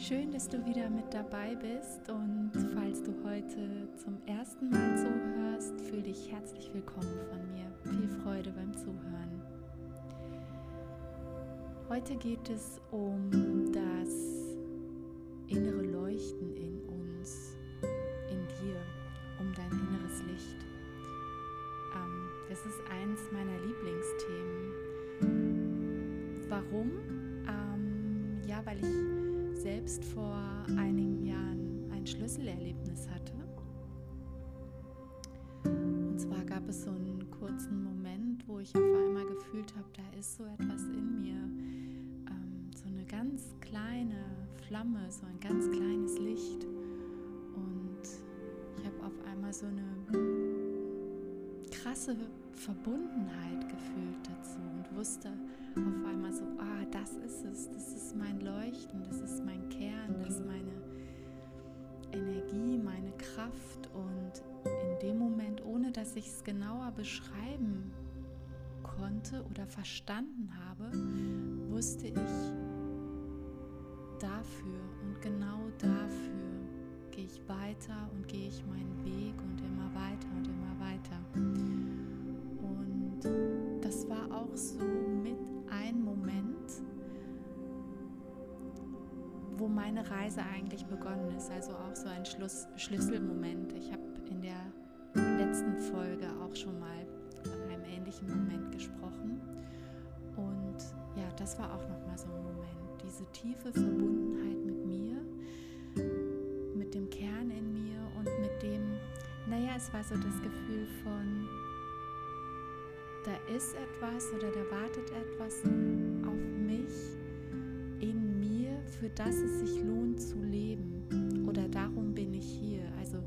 Schön, dass du wieder mit dabei bist, und falls du heute zum ersten Mal zuhörst, fühl dich herzlich willkommen von mir. Viel Freude beim Zuhören. Heute geht es um das innere Leuchten in uns, in dir, um dein inneres Licht. Das ist eins meiner Lieblingsthemen. Warum? Weil ich selbst vor einigen Jahren ein Schlüsselerlebnis hatte. Und zwar gab es so einen kurzen Moment, wo ich auf einmal gefühlt habe, da ist so etwas in mir, so eine ganz kleine Flamme, so ein ganz kleines Licht. Und ich habe auf einmal so eine krasse Verbundenheit gefühlt dazu und wusste auf einmal so, das ist es, das ist mein Leuchten, das ist mein Kern, das ist meine Energie, meine Kraft. Und in dem Moment, ohne dass ich es genauer beschreiben konnte oder verstanden habe, wusste ich, dafür und genau dafür gehe ich weiter und gehe ich meinen Weg und immer weiter und immer weiter. Und das war auch so mit ein Moment, wo meine Reise eigentlich begonnen ist, also auch so ein Schlüsselmoment. Ich habe in der letzten Folge auch schon mal von einem ähnlichen Moment gesprochen, und ja, das war auch nochmal so ein Moment, diese tiefe Verbundenheit mit mir, mit dem Kern in mir und mit dem, es war so das Gefühl von, da ist etwas oder da wartet etwas auf mich in mir, für das es sich lohnt zu leben, oder darum bin ich hier. Also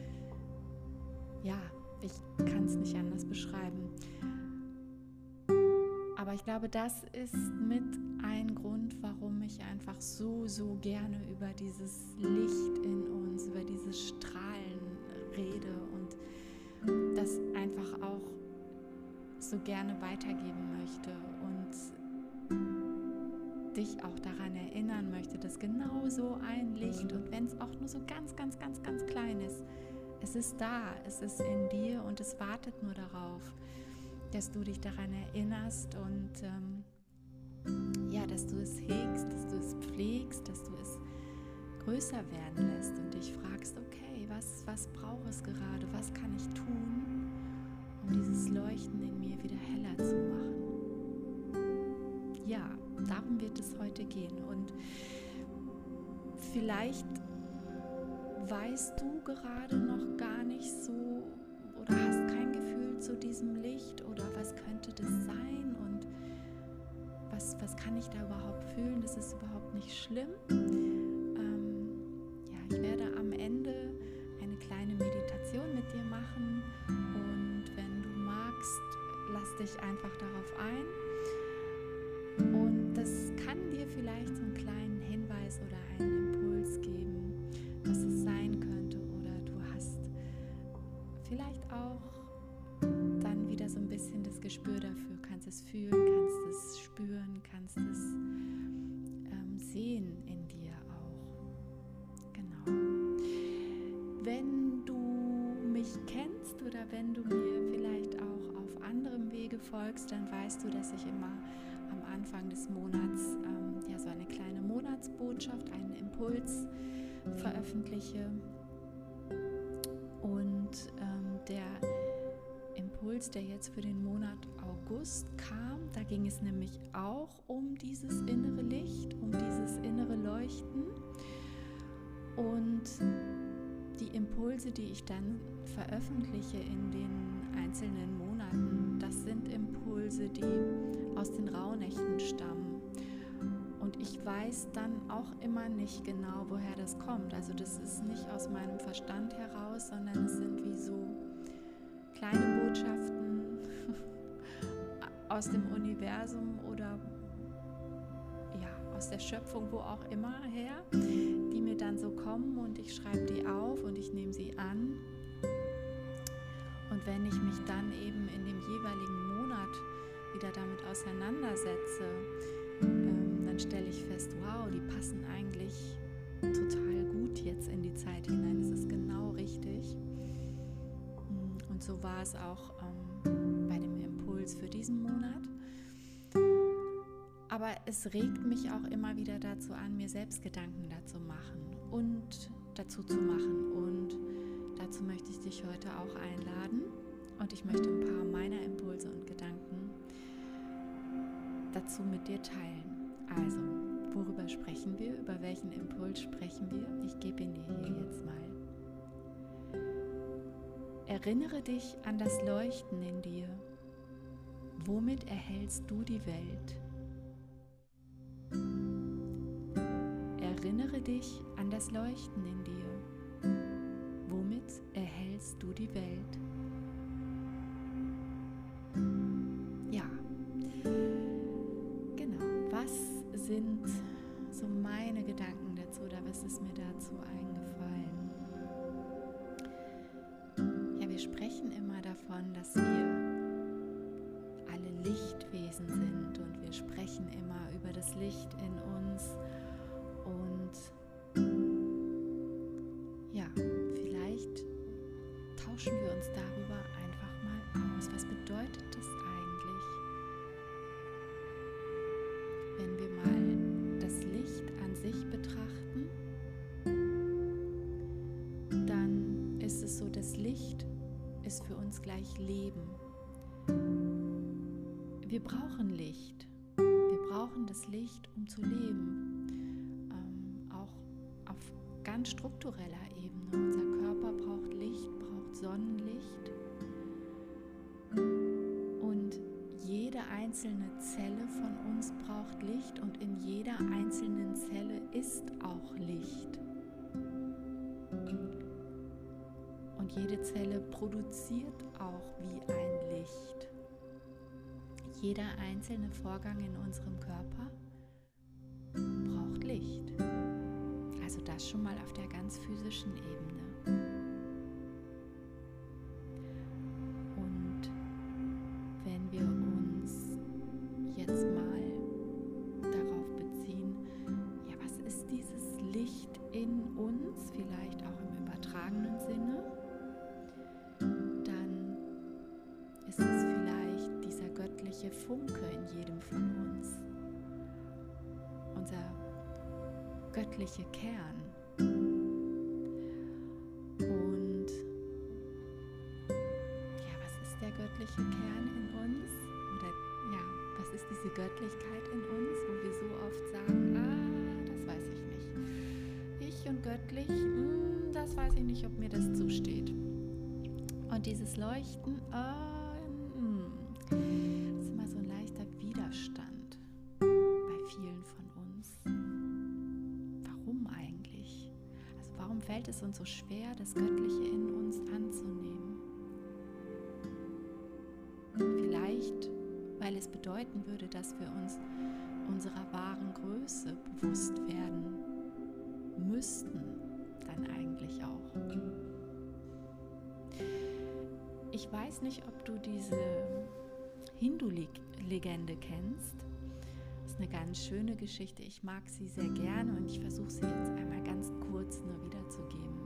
ja, ich kann es nicht anders beschreiben. Aber ich glaube, das ist mit ein Grund, warum ich einfach so gerne über dieses Licht in uns, über dieses Strahlen rede und das einfach auch so gerne weitergeben möchte und dich auch daran erinnern möchte, dass genau so ein Licht, und wenn es auch nur so ganz klein ist, es ist da, es ist in dir und es wartet nur darauf, dass du dich daran erinnerst und dass du es hegst, dass du es pflegst, dass du es größer werden lässt und dich fragst, okay, was braucht es gerade, was kann ich tun, um dieses Leuchten in mir wieder heller zu machen. Ja, darum wird es heute gehen, und vielleicht weißt du gerade noch gar nicht so oder hast kein Gefühl zu diesem Licht, oder was könnte das sein und was kann ich da überhaupt fühlen? Das ist überhaupt nicht schlimm. Ich werde am Ende eine kleine Meditation mit dir machen, und wenn du magst, lass dich einfach darauf ein. Und das kann dir vielleicht so einen kleinen Hinweis oder einen Impuls geben, was es sein könnte, oder du hast vielleicht auch dann wieder so ein bisschen das Gespür dafür, kannst es fühlen, kannst es spüren, kannst es sehen in dir auch. Genau. Wenn du mich kennst oder wenn du mir vielleicht auch auf anderem Wege folgst, dann weißt du, dass ich immer am Anfang des Monats so eine kleine Monatsbotschaft, einen Impuls veröffentliche. Und der Impuls, der jetzt für den Monat August kam, da ging es nämlich auch um dieses innere Licht, um dieses innere Leuchten. Und die Impulse, die ich dann veröffentliche in den einzelnen Monaten, das sind Impulse, die aus den Rauhnächten stammen. Und ich weiß dann auch immer nicht genau, woher das kommt. Also das ist nicht aus meinem Verstand heraus, sondern es sind wie so kleine Botschaften aus dem Universum oder aus der Schöpfung, wo auch immer her, die mir dann so kommen, und ich schreibe die auf und ich nehme sie an. Und wenn ich mich dann eben in dem jeweiligen Monat wieder damit auseinandersetze, dann stelle ich fest, wow, die passen eigentlich total gut jetzt in die Zeit hinein. Es ist genau richtig. Und so war es auch bei dem Impuls für diesen Monat. Aber es regt mich auch immer wieder dazu an, mir selbst Gedanken dazu machen und dazu zu machen. Und dazu möchte ich dich heute auch einladen. Und ich möchte ein paar meiner Impulse und Gedanken dazu mit dir teilen. Also, worüber sprechen wir? Über welchen Impuls sprechen wir? Ich gebe ihn dir hier jetzt mal. Erinnere dich an das Leuchten in dir. Womit erhältst du die Welt? Erinnere dich an das Leuchten in dir. Womit erhältst du die Welt? Ja, genau. Was sind so meine Gedanken dazu oder was ist mir dazu eingefallen? Ja, wir sprechen immer davon, dass wir alle Lichtwesen sind und wir sprechen immer über das Licht in uns und ja, vielleicht tauschen wir uns darüber einfach mal aus. Was bedeutet das eigentlich, wenn wir mal das Licht an sich betrachten? Dann ist es so, das Licht ist für uns gleich Leben. Wir brauchen Licht. Wir brauchen das Licht, um zu leben. Auch auf ganz struktureller Ebene. Unser Körper braucht Licht, braucht Sonnenlicht. Und jede einzelne Zelle von uns braucht Licht und in jeder einzelnen Zelle ist auch Licht. Und jede Zelle produziert auch wie ein Licht. Jeder einzelne Vorgang in unserem Körper braucht Licht. Also das schon mal auf der ganz physischen Ebene. Und wenn wir uns jetzt mal darauf beziehen, ja, was ist dieses Licht in uns, vielleicht auch im übertragenen Sinne, dann ist es vielleicht dieser göttliche Funke in jedem von uns, unser göttliche Kern. Und ja, was ist der göttliche Kern in uns? Oder ja, was ist diese Göttlichkeit in uns, wo wir so oft sagen, das weiß ich nicht. Ich und göttlich, das weiß ich nicht, ob mir das zusteht. Und dieses Leuchten, das ist immer so ein leichter Widerstand bei vielen von uns. Warum eigentlich? Also warum fällt es uns so schwer, das Göttliche in uns anzunehmen? Vielleicht, weil es bedeuten würde, dass wir uns unserer wahren Größe bewusst werden müssten, dann eigentlich auch. Ich weiß nicht, ob du diese Hindu-Legende kennst. Das ist eine ganz schöne Geschichte. Ich mag sie sehr gerne und ich versuche sie jetzt einmal ganz kurz nur wiederzugeben.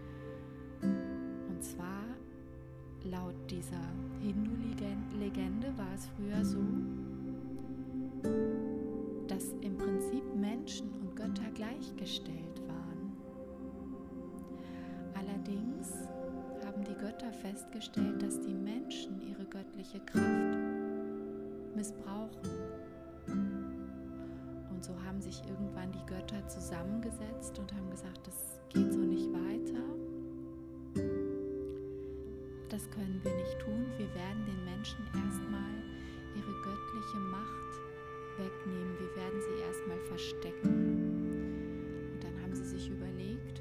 Und zwar, laut dieser Hindu-Legende war es früher so, dass im Prinzip Menschen und Götter gleichgestellt waren. Allerdings haben die Götter festgestellt, dass die Menschen ihre göttliche Kraft missbrauchen. Und so haben sich irgendwann die Götter zusammengesetzt und haben gesagt, das geht so nicht weiter. Das können wir nicht tun. Wir werden den Menschen erstmal ihre göttliche Macht wegnehmen. Wir werden sie erstmal verstecken. Und dann haben sie sich überlegt,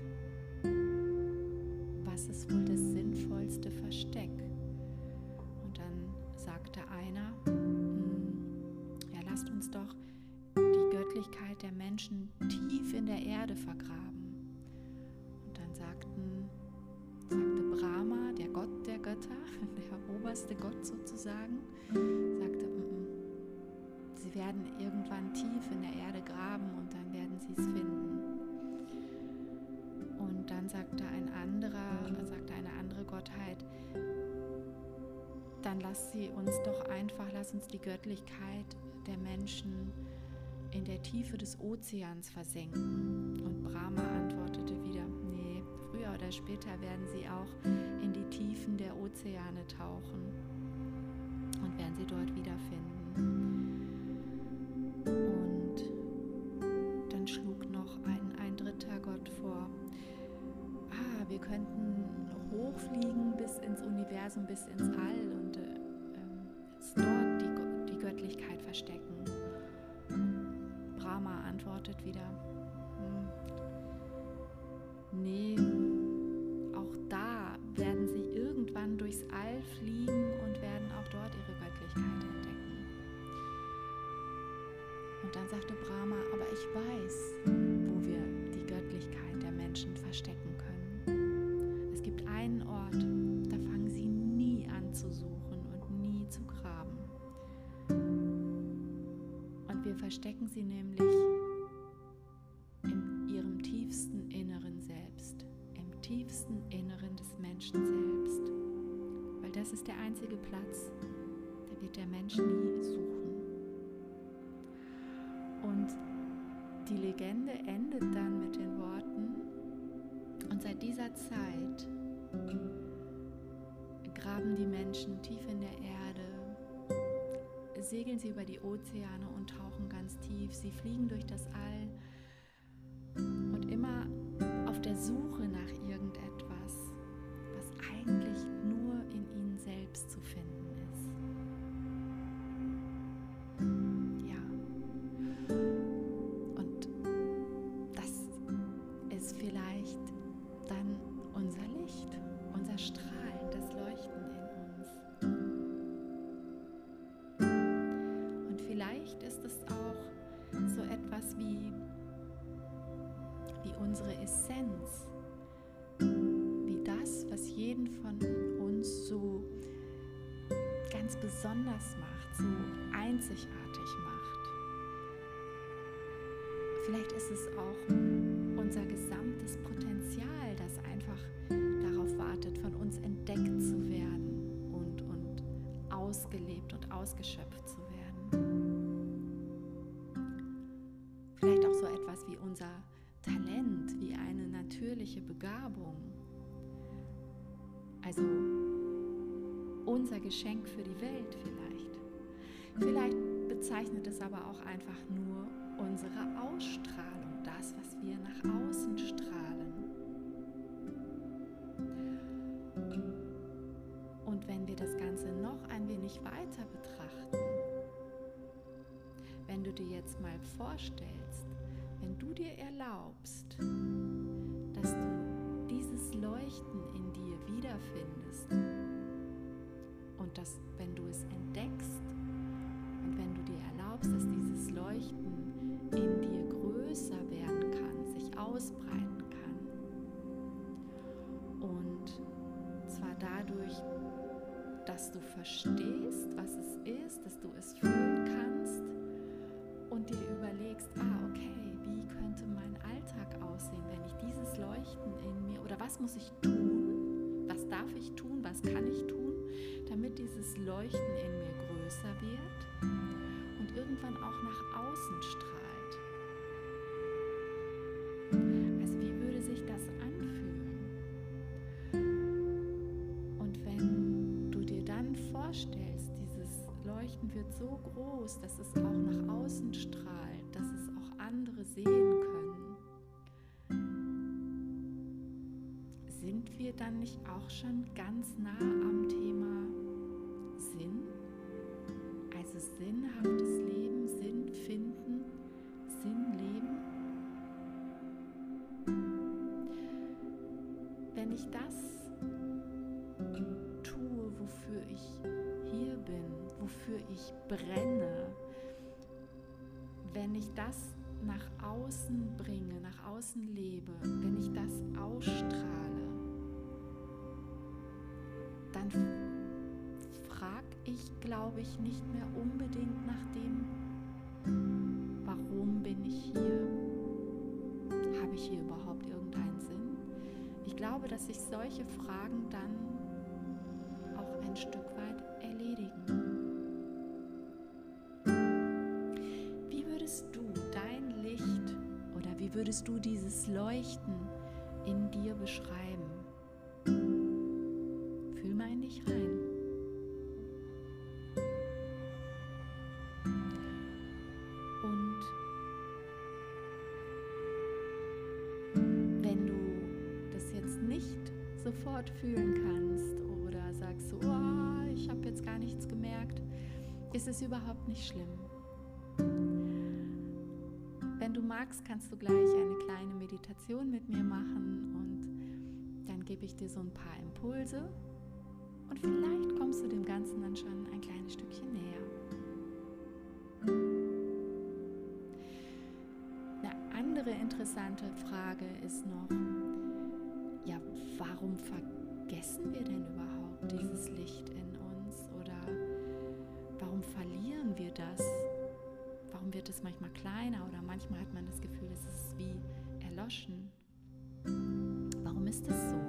was ist wohl das sinnvollste Versteck? Und dann sagte einer, ja, lasst uns doch die Göttlichkeit der Menschen tief in der Erde vergraben. Und dann sagte Brahma, der Gott der Götter, der oberste Gott sozusagen, sagte, sie werden irgendwann tief in der Erde graben und dann werden sie es finden. dann sagte eine andere Gottheit, dann lass uns die Göttlichkeit der Menschen in der Tiefe des Ozeans versenken. Und Brahma antwortete wieder, nee, früher oder später werden sie auch in die Tiefen der Ozeane tauchen und werden sie dort wiederfinden. Und dann schlug noch ein dritter Gott vor, wir könnten hochfliegen bis ins Universum, bis ins All und dort die Göttlichkeit verstecken. Brahma antwortet wieder, nee, auch da werden sie irgendwann durchs All fliegen und werden auch dort ihre Göttlichkeit entdecken. Und dann sagte Brahma, aber ich weiß, wo wir die Göttlichkeit der Menschen verstecken können. Es gibt einen Ort, da fangen sie nie an zu suchen und nie zu graben. Und wir verstecken sie nämlich in ihrem tiefsten Inneren selbst, im tiefsten Inneren des Menschen selbst. Weil das ist der einzige Platz, da wird der Mensch nie suchen. Und die Legende endet dann mit den Worten, und seit dieser Zeit graben die Menschen tief in der Erde, segeln sie über die Ozeane und tauchen ganz tief. Sie fliegen durch das All und immer auf der Suche nach irgendetwas, was eigentlich nur in ihnen selbst zu finden ist. Ja. Und das ist vielleicht dann unser Licht, unser Strahlen, das Leuchten in uns. Und vielleicht ist es auch so etwas wie unsere Essenz, wie das, was jeden von uns so ganz besonders macht, so einzigartig macht. Vielleicht ist es auch unser gesamtes Potenzial, das einfach darauf wartet, von uns entdeckt zu werden und ausgelebt und ausgeschöpft zu werden. Vielleicht auch so etwas wie unser Talent, wie eine natürliche Begabung. Also unser Geschenk für die Welt vielleicht. Vielleicht bezeichnet es aber auch einfach nur unsere Ausstrahlung, das, was wir nach außen strahlen. Und wenn wir das Ganze noch ein wenig weiter betrachten, wenn du dir jetzt mal vorstellst, wenn du dir erlaubst, dass du dieses Leuchten in dir wiederfindest und dass, wenn du es entdeckst und wenn du dir erlaubst, dass dieses Leuchten in dir größer werden kann, sich ausbreiten kann und zwar dadurch, dass du verstehst, was es ist, dass du es fühlen kannst und dir überlegst, okay, wie könnte mein Alltag aussehen, wenn ich dieses Leuchten in mir, oder was muss ich tun, was darf ich tun, was kann ich tun, damit dieses Leuchten in mir größer wird und irgendwann auch nach außen strahlt. Also wie würde sich das anfühlen? Und wenn du dir dann vorstellst, dieses Leuchten wird so groß, dass es auch nach außen strahlt, dass es auch andere sehen können. Sind wir dann nicht auch schon ganz nah am Thema Sinn? Also sinnhaftes Leben, Sinn finden, Sinn leben? Wenn ich das tue, wofür ich hier bin, wofür ich brenne, wenn ich das nach außen bringe, nach außen lebe, wenn ich das ausstrahle, dann frage ich, glaube ich, nicht mehr unbedingt nach dem, warum bin ich hier? Habe ich hier überhaupt irgendeinen Sinn? dass sich solche Fragen dann auch ein Stück weit erledigen. Wie würdest du dein Licht oder wie würdest du dieses Leuchten in dir beschreiben? Fühl mal in dich rein. Und wenn du das jetzt nicht sofort fühlen kannst oder sagst so, oh, ich habe jetzt gar nichts gemerkt, ist es überhaupt nicht schlimm. Wenn du magst, kannst du gleich eine kleine Meditation mit mir machen und dann gebe ich dir so ein paar Impulse und vielleicht kommst du dem Ganzen dann schon ein kleines Stückchen näher. Eine andere interessante Frage ist noch, ja, warum vergessen wir denn überhaupt dieses Licht in uns oder warum verlieren wir das? Warum wird es manchmal kleiner oder manchmal hat man das Gefühl, es ist wie erloschen? Warum ist das so?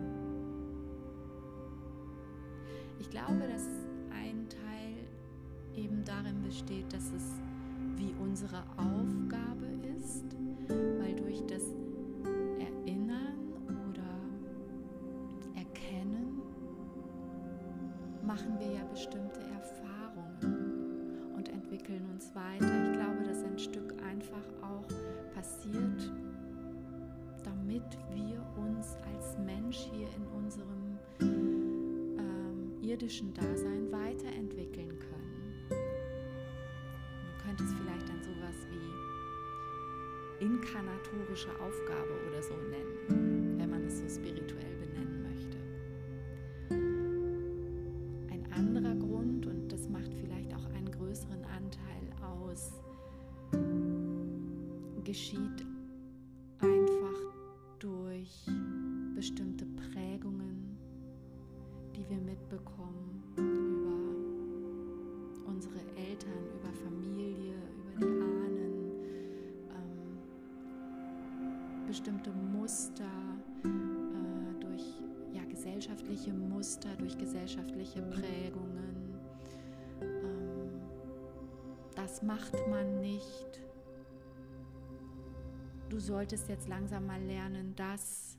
Ich glaube, dass ein Teil eben darin besteht, dass es wie unsere Aufgabe ist, weil durch das Erinnern oder Erkennen machen wir ja bestimmte Erfahrungen und entwickeln uns weiter. Ich glaube, dass ein Stück einfach auch passiert, damit wir uns als Mensch hier in unserem irdischen Dasein weiterentwickeln können. Man könnte es vielleicht dann sowas wie inkarnatorische Aufgabe oder so nennen, wenn man es so spirituell benennen möchte. Ein anderer Grund, und das macht vielleicht auch einen größeren Anteil aus, geschieht einfach durch bestimmte Prägungen, die wir mitbekommen über unsere Eltern, über Familie, über die Ahnen, bestimmte Muster, durch gesellschaftliche Muster, durch gesellschaftliche Prägungen. Das macht man nicht. Du solltest jetzt langsam mal lernen, dass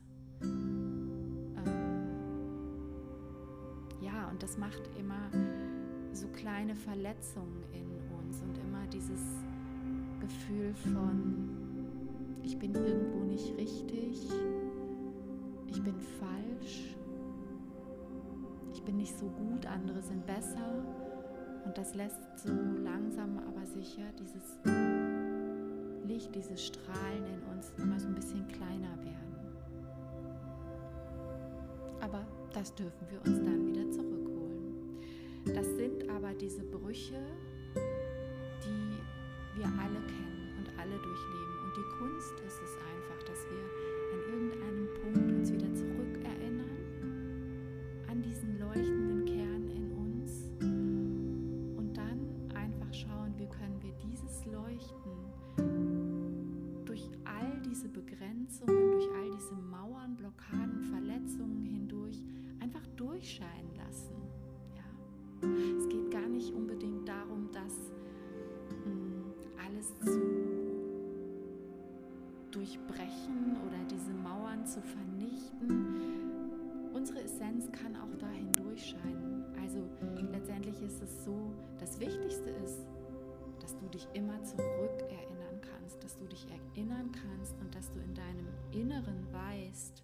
und das macht immer so kleine Verletzungen in uns und immer dieses Gefühl von, ich bin irgendwo nicht richtig, ich bin falsch, ich bin nicht so gut, andere sind besser. Und das lässt so langsam aber sicher dieses Licht, dieses Strahlen in uns immer so ein bisschen kleiner werden. Aber das dürfen wir uns dann wieder zurückholen. Das sind aber diese Brüche, die wir alle kennen und alle durchleben. Und die Kunst ist es einfach, dass wir an irgendeinem Punkt uns wieder zurückerinnern an diesen leuchtenden Kern in uns und dann einfach schauen, wie können wir dieses Leuchten durch all diese Begrenzungen, durch all diese Mauern, Blockaden, Verletzungen hindurch einfach durchscheinen lassen. Ja. Es geht gar nicht unbedingt darum, das alles zu durchbrechen oder diese Mauern zu vernichten. Unsere Essenz kann auch dahin durchscheinen. Also letztendlich ist es so, das Wichtigste ist, dass du dich immer zurückerinnern kannst, dass du dich erinnern kannst und dass du in deinem Inneren weißt,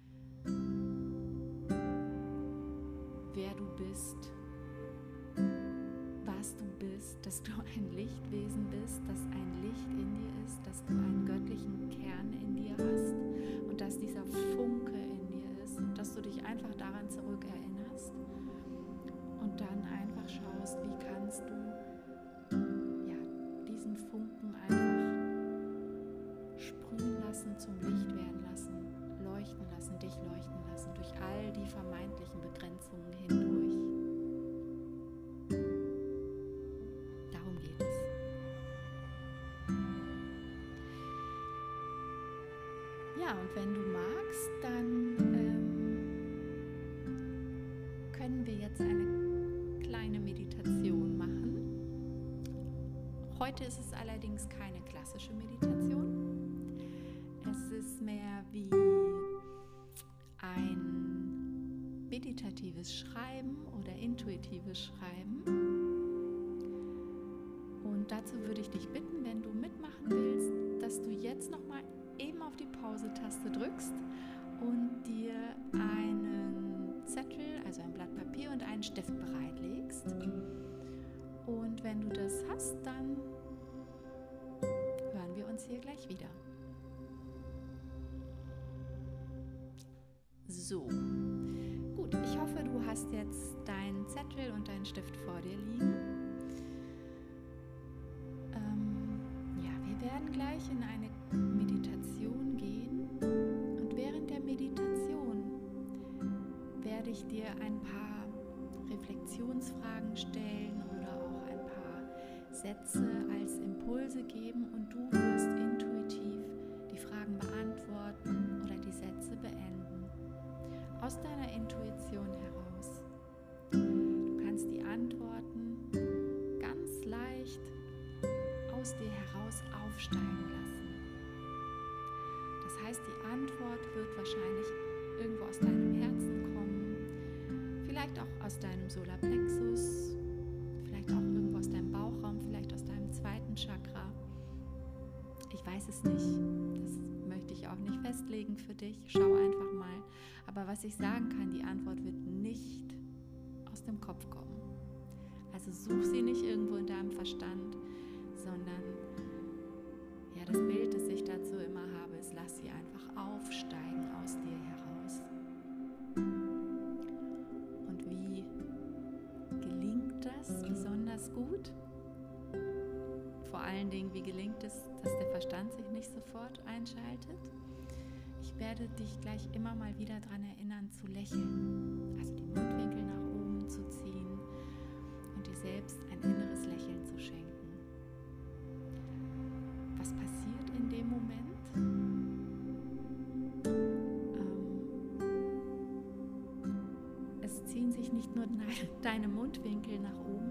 wer du bist, was du bist, dass du ein Lichtwesen bist, dass ein Licht in dir ist, dass du einen göttlichen Kern in dir hast und dass dieser Funke in dir ist und dass du dich einfach daran zurückerinnerst und dann einfach schaust, wie kannst du diesen Funken einfach sprühen lassen, zum Licht werden lassen, leuchten lassen, dich leuchten lassen, durch all die vermeintlichen Begrenzungen hindurch. Darum geht es. Ja, und wenn du magst, dann Heute ist es allerdings keine klassische Meditation. Es ist mehr wie ein meditatives Schreiben oder intuitives Schreiben. Und dazu würde ich dich bitten, wenn du mitmachen willst, dass du jetzt nochmal eben auf die Pause-Taste drückst und dir einen Zettel, also ein Blatt Papier und einen Stift bereitlegst. Und wenn du das hast, dann hören wir uns hier gleich wieder. So, gut, ich hoffe, du hast jetzt deinen Zettel und deinen Stift vor dir liegen. Wir werden gleich in eine Meditation gehen und während der Meditation werde ich dir ein paar Reflexionsfragen stellen oder auch ein paar Sätze als Impulse geben und du wirst intuitiv die Fragen beantworten oder die Sätze beenden. Aus deiner Intuition heraus. Du kannst die Antworten ganz leicht aus dir heraus aufsteigen lassen. Das heißt, die Antwort wird wahrscheinlich irgendwo aus deinem Herzen kommen, vielleicht auch aus deinem Solarplexus, vielleicht auch irgendwo aus deinem Bauchraum, vielleicht aus deinem zweiten Chakra. Ich weiß es nicht, das möchte ich auch nicht festlegen für dich, schau einfach mal. Aber was ich sagen kann, die Antwort wird nicht aus dem Kopf kommen. Also such sie nicht irgendwo in deinem Verstand, sondern ja, das Bild, das ich dazu immer habe, ist, lass sie einfach aufsteigen aus dir heraus. Und wie gelingt das besonders gut? Vor allen Dingen, wie gelingt es, dass der Verstand sich nicht sofort einschaltet? Ich werde dich gleich immer mal wieder daran erinnern, zu lächeln, also die Mundwinkel nach oben zu ziehen und dir selbst ein inneres Lächeln zu schenken. Was passiert in dem Moment? Es ziehen sich nicht nur deine Mundwinkel nach oben,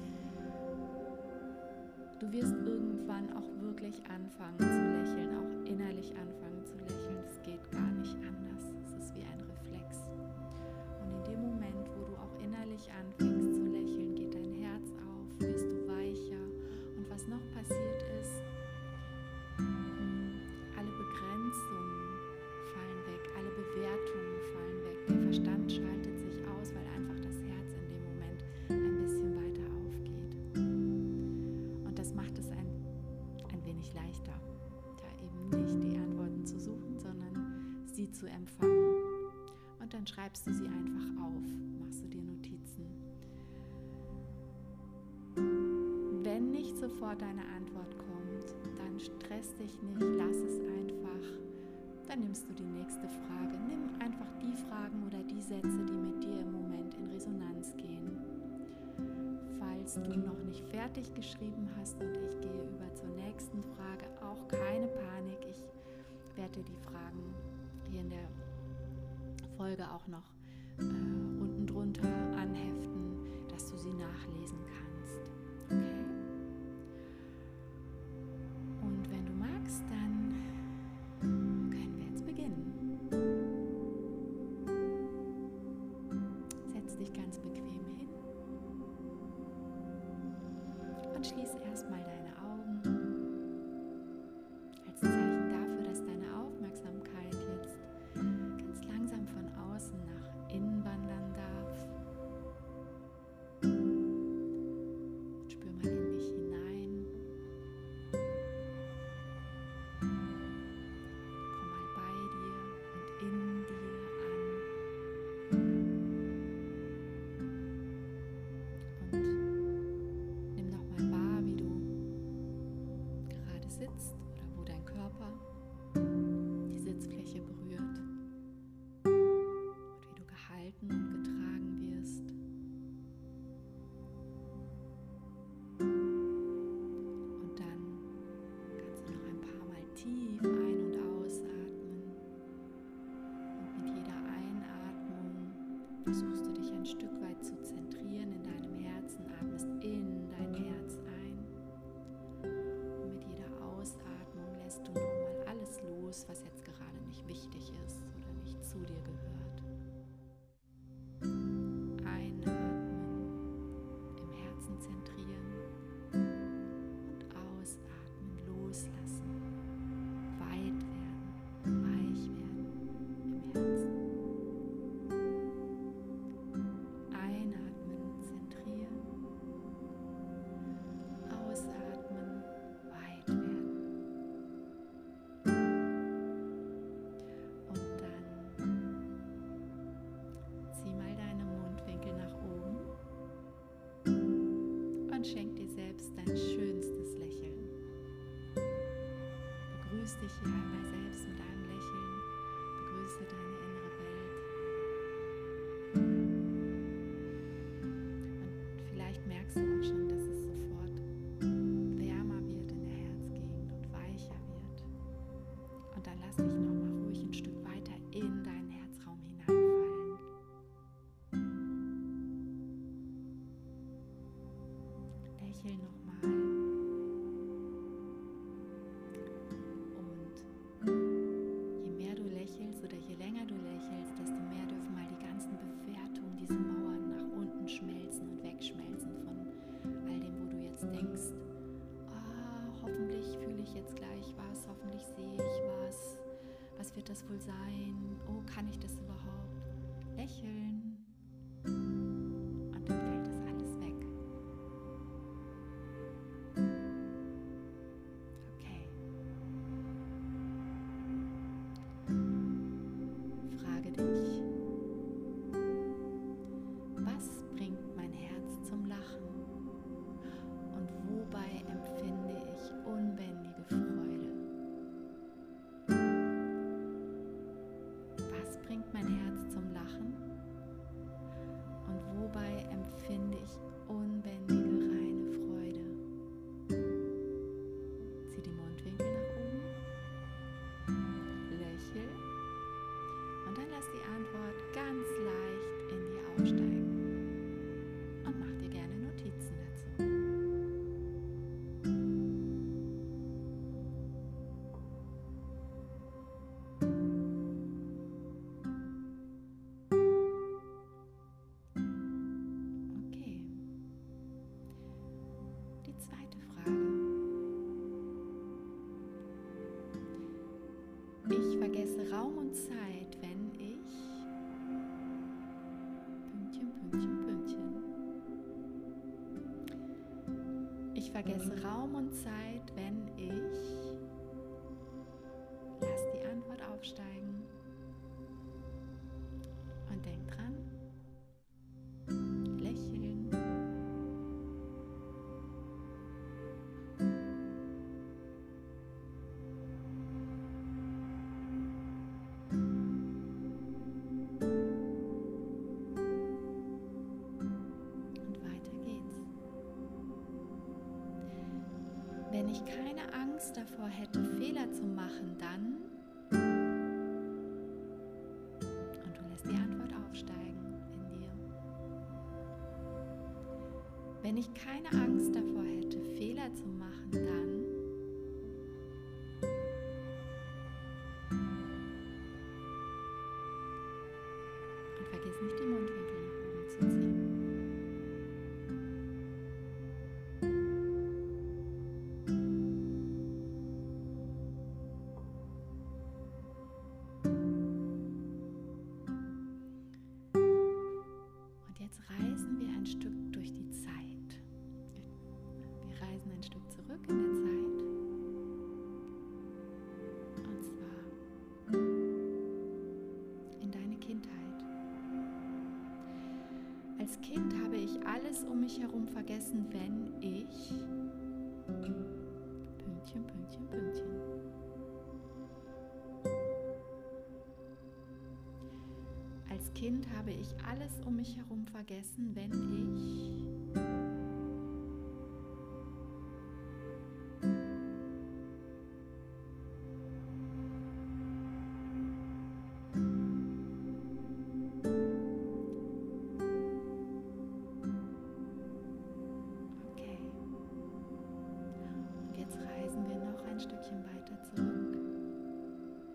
du wirst irgendwann auch wirklich anfangen zu lächeln, auch innerlich anfangen zu lächeln. Es geht gar nicht anders. Es ist wie ein Reflex. Und in dem Moment, wo du auch innerlich anfängst zu lächeln, geht dein Herz auf, wirst du weicher. Und was noch passiert ist, alle Begrenzungen fallen weg, alle Bewertungen fallen weg. Der Verstand schaltet sich aus, weil einfach das Herz in dem Moment ein bisschen weiter aufgeht. Und das macht es ein wenig leichter, da eben nicht die Antworten zu suchen, sondern sie zu empfangen. Und dann schreibst du sie einfach auf, machst du dir Notizen. Wenn nicht sofort eine Antwort kommt, dann stress dich nicht, lass es einfach. Dann nimmst du die nächste Frage. Nimm einfach die Fragen oder die Sätze, die mit dir im Moment in Resonanz gehen. Falls du noch nicht fertig geschrieben hast und ich gehe über zur nächsten Frage, auch keine Panik. Ich werde die Fragen hier in der Folge auch noch unten drunter anheften, dass du sie nachlesen kannst. Okay? Und wenn du magst, dann können wir jetzt beginnen. Setz dich ganz bequem hin und schließ erstmal deine Augen als Zeichen dafür, dass deine Aufmerksamkeit jetzt ganz langsam von außen nach innen wandern darf. Spür mal in dich hinein. Komm mal bei dir und in dir an. Und nimm nochmal wahr, wie du gerade sitzt oder wo dein Körper die Sitzfläche berührt und wie du gehalten und getragen wirst. Und dann kannst du noch ein paar Mal tief ein- und ausatmen. Und mit jeder Einatmung versuchst du dich ein Stück weit zu zentrieren in deinem Herzen, atmest in dein Herz ein los, was jetzt gerade nicht wichtig ist oder nicht zu dir gehört. Einatmen, im Herzen zentrieren und ausatmen, loslassen, weit werden, weich werden im Herzen. Einatmen, zentrieren, ausatmen, weit werden. Und dann zieh mal deine Mundwinkel nach oben und schenk dir selbst dein schönstes Lächeln. Begrüß dich hier einmal selbst mit einem Lächeln. Begrüße deine innere Welt. Und vielleicht merkst du auch schon, dass es sofort wärmer wird in der Herzgegend und weicher wird. Und dann lass dich nochmal ruhig ein Stück weiter in deinen Herzraum hineinfallen. Lächel nochmal. Und je mehr du lächelst oder je länger du lächelst, desto mehr dürfen mal die ganzen Bewertungen, diese Mauern nach unten schmelzen und wegschmelzen von all dem, wo du jetzt denkst, hoffentlich fühle ich jetzt gleich was, hoffentlich sehe ich was wird das wohl sein, kann ich das überhaupt? Lächeln und dann fällt das alles weg. Okay. Frage dich, was bringt mein Herz zum Lachen und wobei empfinde ich unbändige Freude? Was bringt mein Herz zum Lachen und wobei empfinde ich unbändige reine Freude? Zieh die Mundwinkel nach oben, lächel und dann lass die Antwort ganz leicht in dir aufsteigen und mach dir gerne Notizen dazu. Okay. Die zweite Frage. Ich vergesse Raum und Zeit, wenn ich Pünktchen, Pünktchen, Pünktchen. Ich vergesse Raum und Zeit, wenn ich. Lass die Antwort aufsteigen. Und denk dran. Lächeln. Und weiter geht's. Wenn ich keine Angst davor hätte, Fehler zu machen, dann. Und du lässt die Antwort aufsteigen in dir. Wenn ich keine Angst davor hätte, Fehler zu machen, dann. Und vergiss nicht, die Mundwinkel nach oben zu ziehen. Und jetzt reisen wir ein Stück durch die Zeit. Wir reisen ein Stück zurück in der Zeit. Und zwar in deine Kindheit. Als Kind habe ich alles um mich herum vergessen, wenn ich Pünktchen, Pünktchen, Pünktchen. Als Kind habe ich alles um mich herum vergessen, wenn ich ein Stückchen weiter zurück.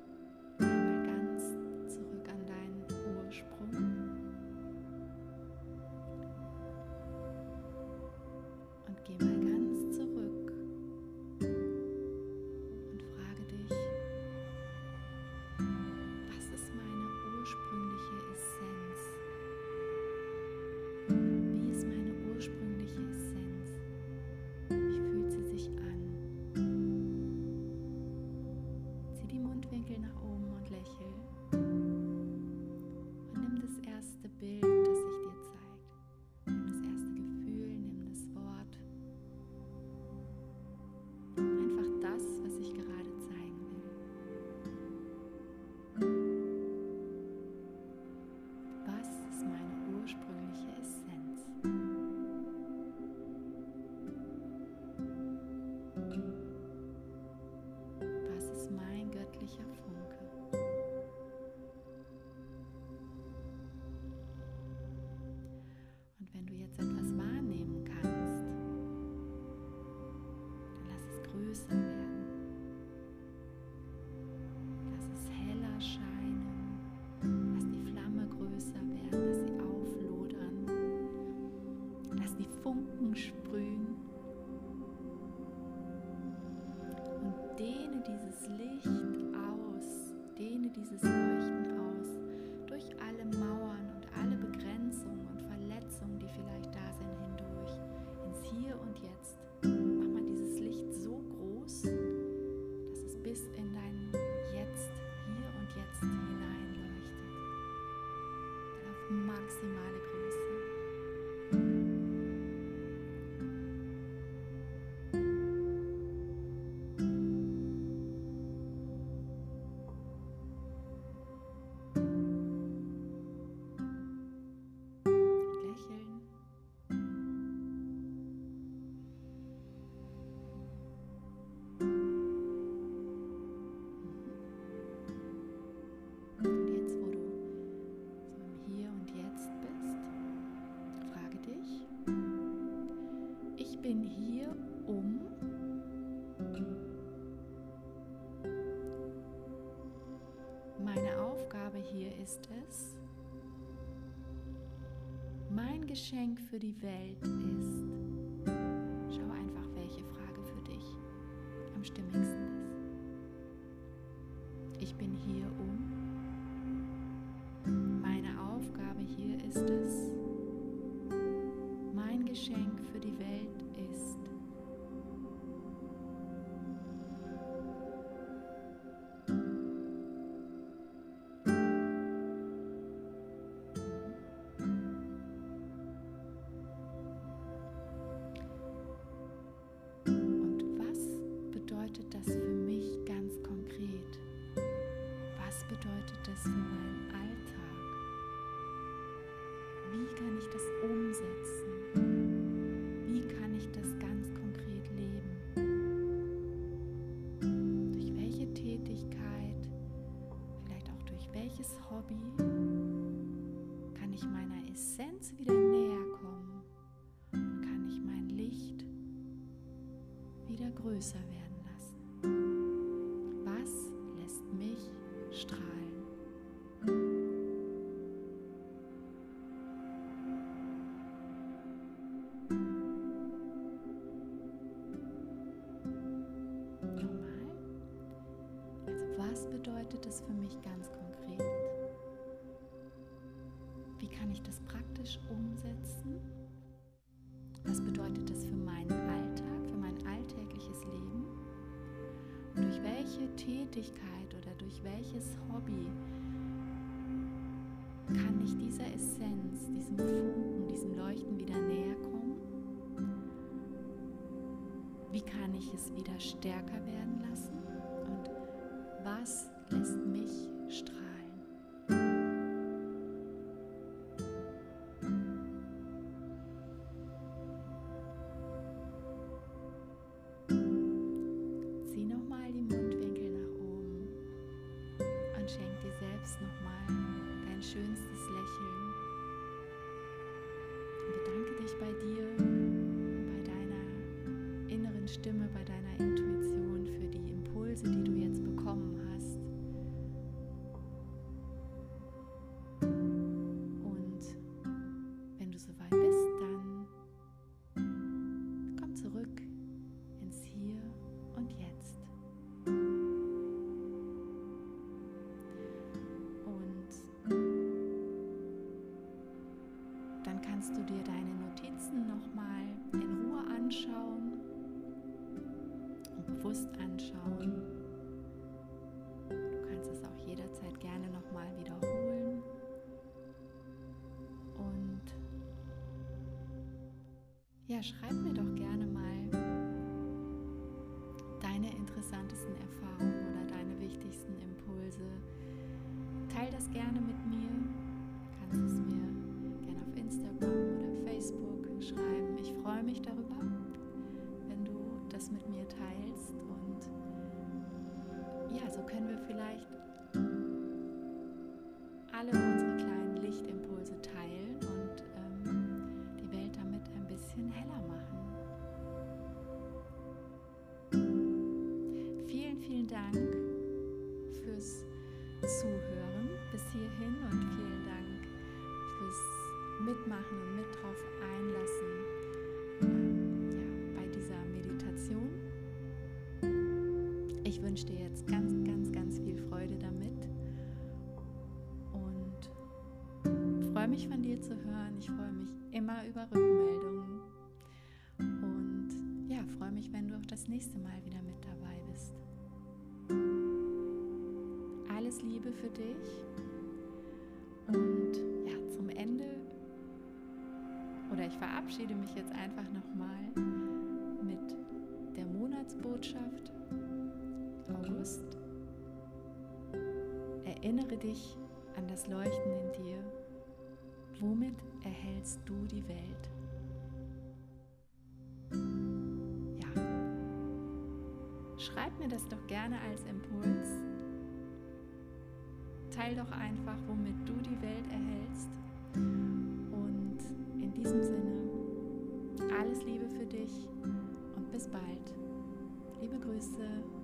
dehne dieses Licht aus, dehne dieses Leuchten aus, durch alle Mauern und alle Begrenzungen und Verletzungen, die vielleicht da sind, hindurch, ins Hier und Jetzt. Mach mal dieses Licht so groß, dass es bis in dein Jetzt, Hier und Jetzt hineinleuchtet. Auf maximale Größe. Ich bin hier, um meine Aufgabe hier ist es, mein Geschenk für die Welt ist. Schau einfach, welche Frage für dich am stimmigsten ist. Ich bin hier, um meine Aufgabe hier ist es, mein Geschenk für die Welt ist. Und was bedeutet das für mich ganz konkret? Was bedeutet das für meinen Alltag? Wie kann ich das umsetzen? Wie kann ich das ganz konkret leben? Durch welche Tätigkeit, vielleicht auch durch welches Hobby, kann ich meiner Essenz wieder näher kommen? Und kann ich mein Licht wieder größer werden lassen? Was lässt mich strahlen? Was bedeutet das für mich ganz konkret? Wie kann ich das praktisch umsetzen? Was bedeutet das für meinen Alltag, für mein alltägliches Leben? Und durch welche Tätigkeit oder durch welches Hobby kann ich dieser Essenz, diesem Funken, diesem Leuchten wieder näher kommen? Wie kann ich es wieder stärker werden lassen? Und was lässt mich strahlen? Zieh nochmal die Mundwinkel nach oben und schenk dir selbst nochmal dein schönstes Lächeln. Und bedanke dich bei dir, bei deiner inneren Stimme, bei deiner Intuition für die Impulse, die du jetzt bekommen hast. Und wenn du soweit bist, dann komm zurück ins Hier und Jetzt. Und dann kannst du dir deine Notizen nochmal in Ruhe anschauen und bewusst anschauen. Du kannst es auch jederzeit gerne nochmal wiederholen. Und ja, schreib mir doch gerne mal deine interessantesten Erfahrungen oder deine wichtigsten Impulse. Teil das gerne mit mir. Du kannst es mir gerne auf Instagram oder Facebook schreiben. Ich freue mich darüber, wenn du das mit mir teilst. Und ja, so können wir vielleicht alle unsere kleinen Lichtimpulse teilen und die Welt damit ein bisschen heller machen. Vielen, vielen Dank fürs Zuhören bis hierhin und vielen Dank fürs Mitmachen und mit drauf einlassen bei dieser Meditation. Ich wünsche dir jetzt ganz, ganz, ganz viel Freude damit und freue mich von dir zu hören. Ich freue mich immer über Rückmeldungen und ja, freue mich, wenn du auch das nächste Mal wieder mit dabei bist. Alles Liebe für dich und ja, zum Ende oder ich verabschiede mich jetzt einfach nochmal mit der Monatsbotschaft August. Erinnere dich an das Leuchten in dir. Womit erhältst du die Welt? Ja, schreib mir das doch gerne als Impuls. Teil doch einfach, womit du die Welt erhältst. Und in diesem Sinne, alles Liebe für dich und bis bald. Liebe Grüße.